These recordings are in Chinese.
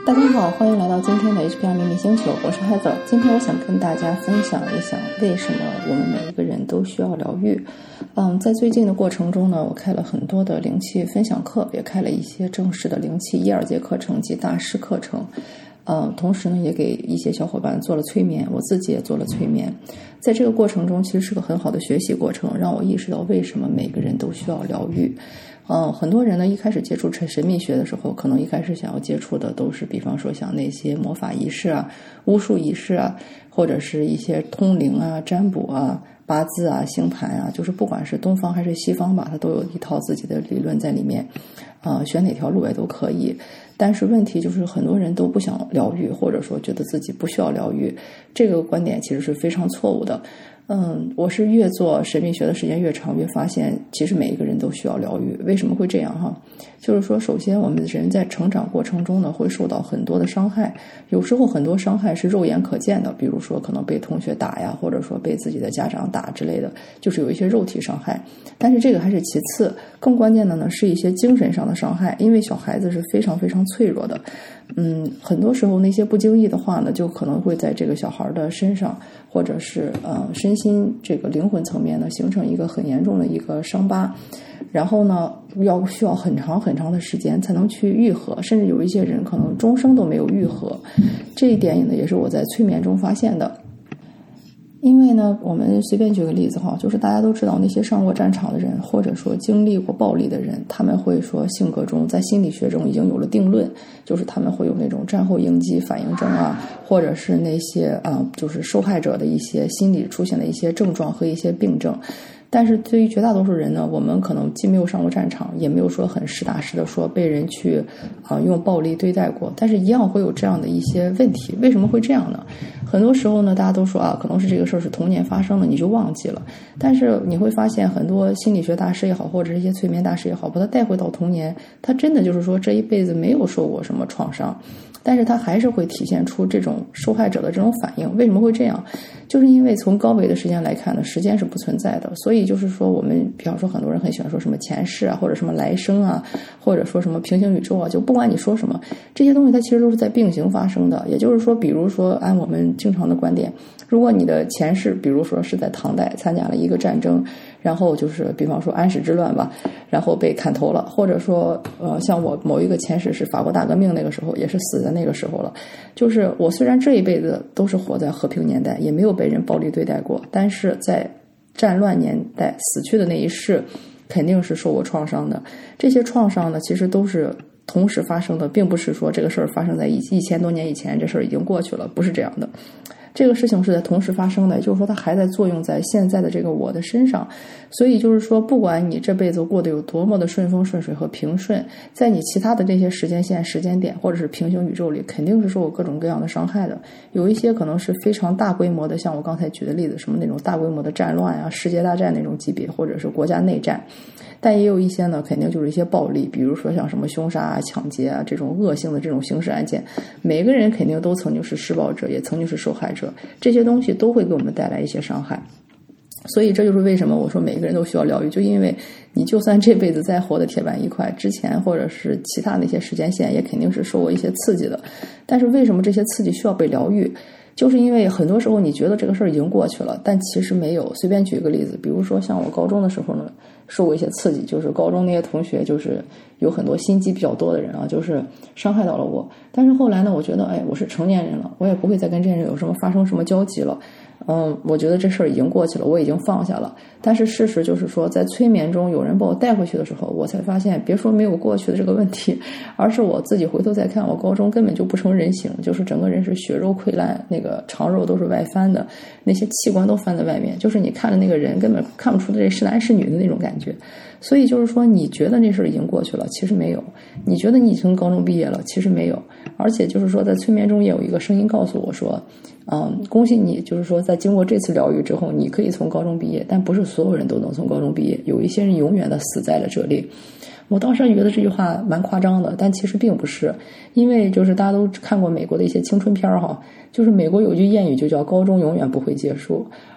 大家好，欢迎来到今天的 HPR 秘密星球，我是海子。今天我想跟大家分享一下为什么我们每一个人都需要疗愈。在最近的过程中呢，我开了很多的灵气分享课，也开了一些正式的灵气1、2节课程及大师课程。同时呢，也给一些小伙伴做了催眠，我自己也做了催眠。在这个过程中，其实是个很好的学习过程，让我意识到为什么每个人都需要疗愈。很多人呢，一开始接触神秘学的时候，可能一开始想要接触的都是，比方说像那些魔法仪式啊、巫术仪式啊，或者是一些通灵啊、占卜啊、八字啊、星盘啊，就是不管是东方还是西方吧，它都有一套自己的理论在里面。选哪条路也都可以。但是问题就是很多人都不想疗愈，或者说觉得自己不需要疗愈，这个观点其实是非常错误的。我是越做神秘学的时间越长，越发现其实每一个人都需要疗愈。为什么会这样哈？就是说，首先我们人在成长过程中呢，会受到很多的伤害，有时候很多伤害是肉眼可见的，比如说可能被同学打呀，或者说被自己的家长打之类的，就是有一些肉体伤害。但是这个还是其次，更关键的呢是一些精神上的伤害，因为小孩子是非常非常脆弱的。很多时候那些不经意的话呢，就可能会在这个小孩的身上，或者是身心这个灵魂层面呢，形成一个很严重的一个伤疤，然后呢需要很长很长的时间才能去愈合，甚至有一些人可能终生都没有愈合。这一点呢也是我在催眠中发现的。因为呢，我们随便举个例子哈，就是大家都知道那些上过战场的人，或者说经历过暴力的人，他们会说性格中在心理学中已经有了定论，就是他们会有那种战后应激反应症啊，或者是那些就是受害者的一些心理出现的一些症状和一些病症。但是对于绝大多数人呢，我们可能既没有上过战场，也没有说很实打实的说被人去用暴力对待过，但是一样会有这样的一些问题。为什么会这样呢？很多时候呢，大家都说可能是这个事儿是童年发生的，你就忘记了。但是你会发现很多心理学大师也好，或者是一些催眠大师也好，把他带回到童年，他真的就是说这一辈子没有受过什么创伤，但是他还是会体现出这种受害者的这种反应。为什么会这样？就是因为从高维的时间来看呢，时间是不存在的，所以就是说我们比方说很多人很喜欢说什么前世啊，或者什么来生啊，或者说什么平行宇宙啊，就不管你说什么，这些东西它其实都是在并行发生的。也就是说，比如说按我们经常的观点，如果你的前世比如说是在唐代参加了一个战争，然后就是比方说安史之乱吧，然后被砍头了，或者说像我某一个前世是法国大革命，那个时候也是死在那个时候了。就是我虽然这一辈子都是活在和平年代，也没有被人暴力对待过，但是在战乱年代死去的那一世肯定是受过创伤的。这些创伤呢，其实都是同时发生的，并不是说这个事儿发生在1000多年以前，这事儿已经过去了，不是这样的。这个事情是在同时发生的，也就是说它还在作用在现在的这个我的身上。所以就是说，不管你这辈子过得有多么的顺风顺水和平顺，在你其他的这些时间线、时间点或者是平行宇宙里，肯定是受过各种各样的伤害的。有一些可能是非常大规模的，像我刚才举的例子，什么那种大规模的战乱啊、世界大战那种级别，或者是国家内战。但也有一些呢，肯定就是一些暴力，比如说像什么凶杀啊、抢劫啊这种恶性的这种刑事案件，每个人肯定都曾经是施暴者，也曾经是受害者，这些东西都会给我们带来一些伤害。所以这就是为什么我说每个人都需要疗愈，就因为你就算这辈子再活的铁板一块，之前或者是其他那些时间线也肯定是受过一些刺激的。但是为什么这些刺激需要被疗愈？就是因为很多时候你觉得这个事儿已经过去了，但其实没有。随便举一个例子，比如说像我高中的时候呢，受过一些刺激，就是高中那些同学就是有很多心机比较多的人啊，就是伤害到了我。但是后来呢，我觉得我是成年人了，我也不会再跟这些人有什么发生什么交集了。我觉得这事儿已经过去了，我已经放下了。但是事实就是说，在催眠中有人把我带回去的时候，我才发现，别说没有过去的这个问题，而是我自己回头再看，我高中根本就不成人形，就是整个人是血肉溃烂，那个肠肉都是外翻的，那些器官都翻在外面，就是你看的那个人根本看不出这是男是女的那种感觉。所以就是说，你觉得那事儿已经过去了，其实没有；你觉得你已经高中毕业了，其实没有。而且就是说，在催眠中也有一个声音告诉我说，恭喜你，就是说在经过这次疗愈之后，你可以从高中毕业，但不是所有人都能从高中毕业，有一些人永远的死在了这里。我当时觉得这句话蛮夸张的，但其实并不是，因为就是大家都看过美国的一些青春片哈，就是美国有句谚语就叫高中永远不会结束，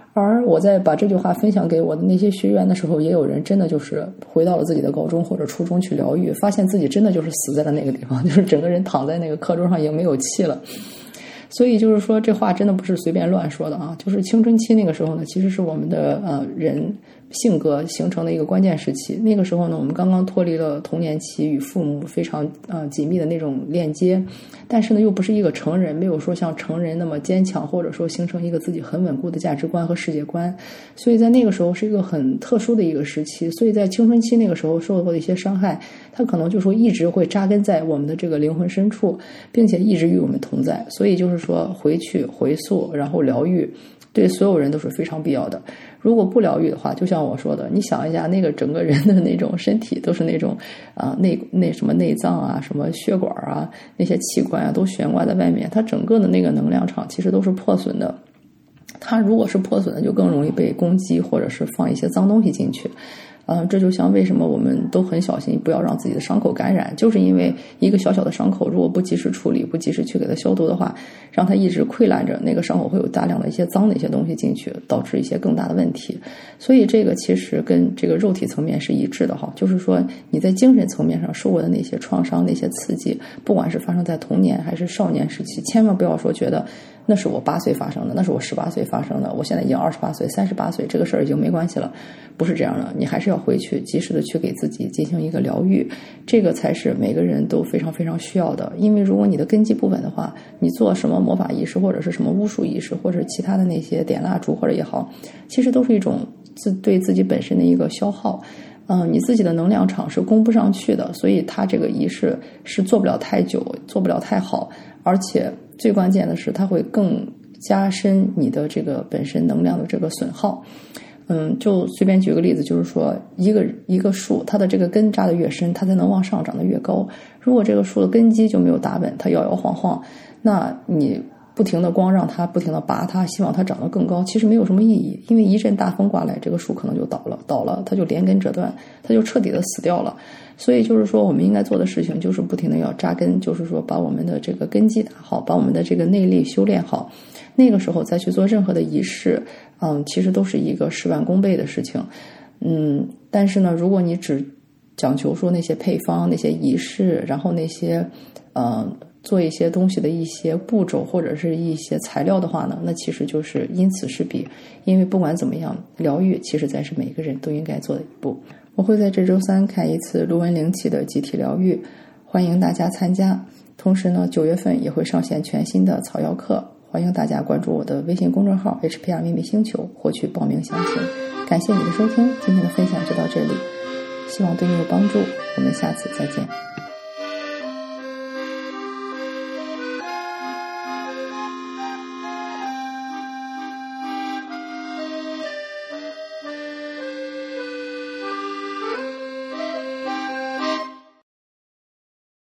而我在把这句话分享给我的那些学员的时候，也有人真的就是回到了自己的高中或者初中去疗愈，发现自己真的就是死在了那个地方，就是整个人躺在那个课桌上已经没有气了。所以就是说，这话真的不是随便乱说的啊！就是青春期那个时候呢，其实是我们的人性格形成的一个关键时期。那个时候呢，我们刚刚脱离了童年期与父母非常紧密的那种链接，但是呢，又不是一个成人，没有说像成人那么坚强，或者说形成一个自己很稳固的价值观和世界观。所以在那个时候是一个很特殊的一个时期。所以在青春期那个时候受过的一些伤害，它可能就说一直会扎根在我们的这个灵魂深处，并且一直与我们同在。所以就是说回去回溯，然后疗愈，对所有人都是非常必要的。如果不疗愈的话，就像我说的，你想一下，那个整个人的那种身体都是那种那什么内脏啊，什么血管啊，那些器官啊，都悬挂在外面，它整个的那个能量场其实都是破损的。它如果是破损的，就更容易被攻击，或者是放一些脏东西进去。这就像为什么我们都很小心不要让自己的伤口感染，就是因为一个小小的伤口，如果不及时处理，不及时去给它消毒的话，让它一直溃烂着，那个伤口会有大量的一些脏的一些东西进去，导致一些更大的问题。所以这个其实跟这个肉体层面是一致的哈，就是说你在精神层面上受过的那些创伤、那些刺激，不管是发生在童年还是少年时期，千万不要说觉得那是我8岁发生的，那是我18岁发生的，我现在已经28岁、38岁，这个事儿已经没关系了。不是这样的，你还是要回去及时的去给自己进行一个疗愈，这个才是每个人都非常非常需要的。因为如果你的根基不稳的话，你做什么魔法仪式或者是什么巫术仪式或者其他的那些点蜡烛或者也好，其实都是一种对自己本身的一个消耗。你自己的能量场是供不上去的，所以它这个仪式是做不了太久，做不了太好，而且最关键的是它会更加深你的这个本身能量的这个损耗。就随便举个例子，就是说一个树，它的这个根扎得越深，它才能往上长得越高。如果这个树的根基就没有打稳，它摇摇晃晃，那你不停的光让它不停的拔它，希望它长得更高，其实没有什么意义。因为一阵大风刮来，这个树可能就倒了，它就连根折断，它就彻底的死掉了。所以就是说我们应该做的事情就是不停的要扎根，就是说把我们的这个根基打好，把我们的这个内力修炼好，那个时候再去做任何的仪式，其实都是一个事半功倍的事情。但是呢，如果你只讲求说那些配方、那些仪式，然后那些做一些东西的一些步骤或者是一些材料的话呢，那其实就是因此失彼。因为不管怎么样，疗愈其实才是每个人都应该做的一步。我会在这周3开一次卢文灵气的集体疗愈，欢迎大家参加。同时呢，9月份也会上线全新的草药课，欢迎大家关注我的微信公众号 HPR 秘密星球获取报名详情。感谢你的收听，今天的分享就到这里，希望对你有帮助，我们下次再见。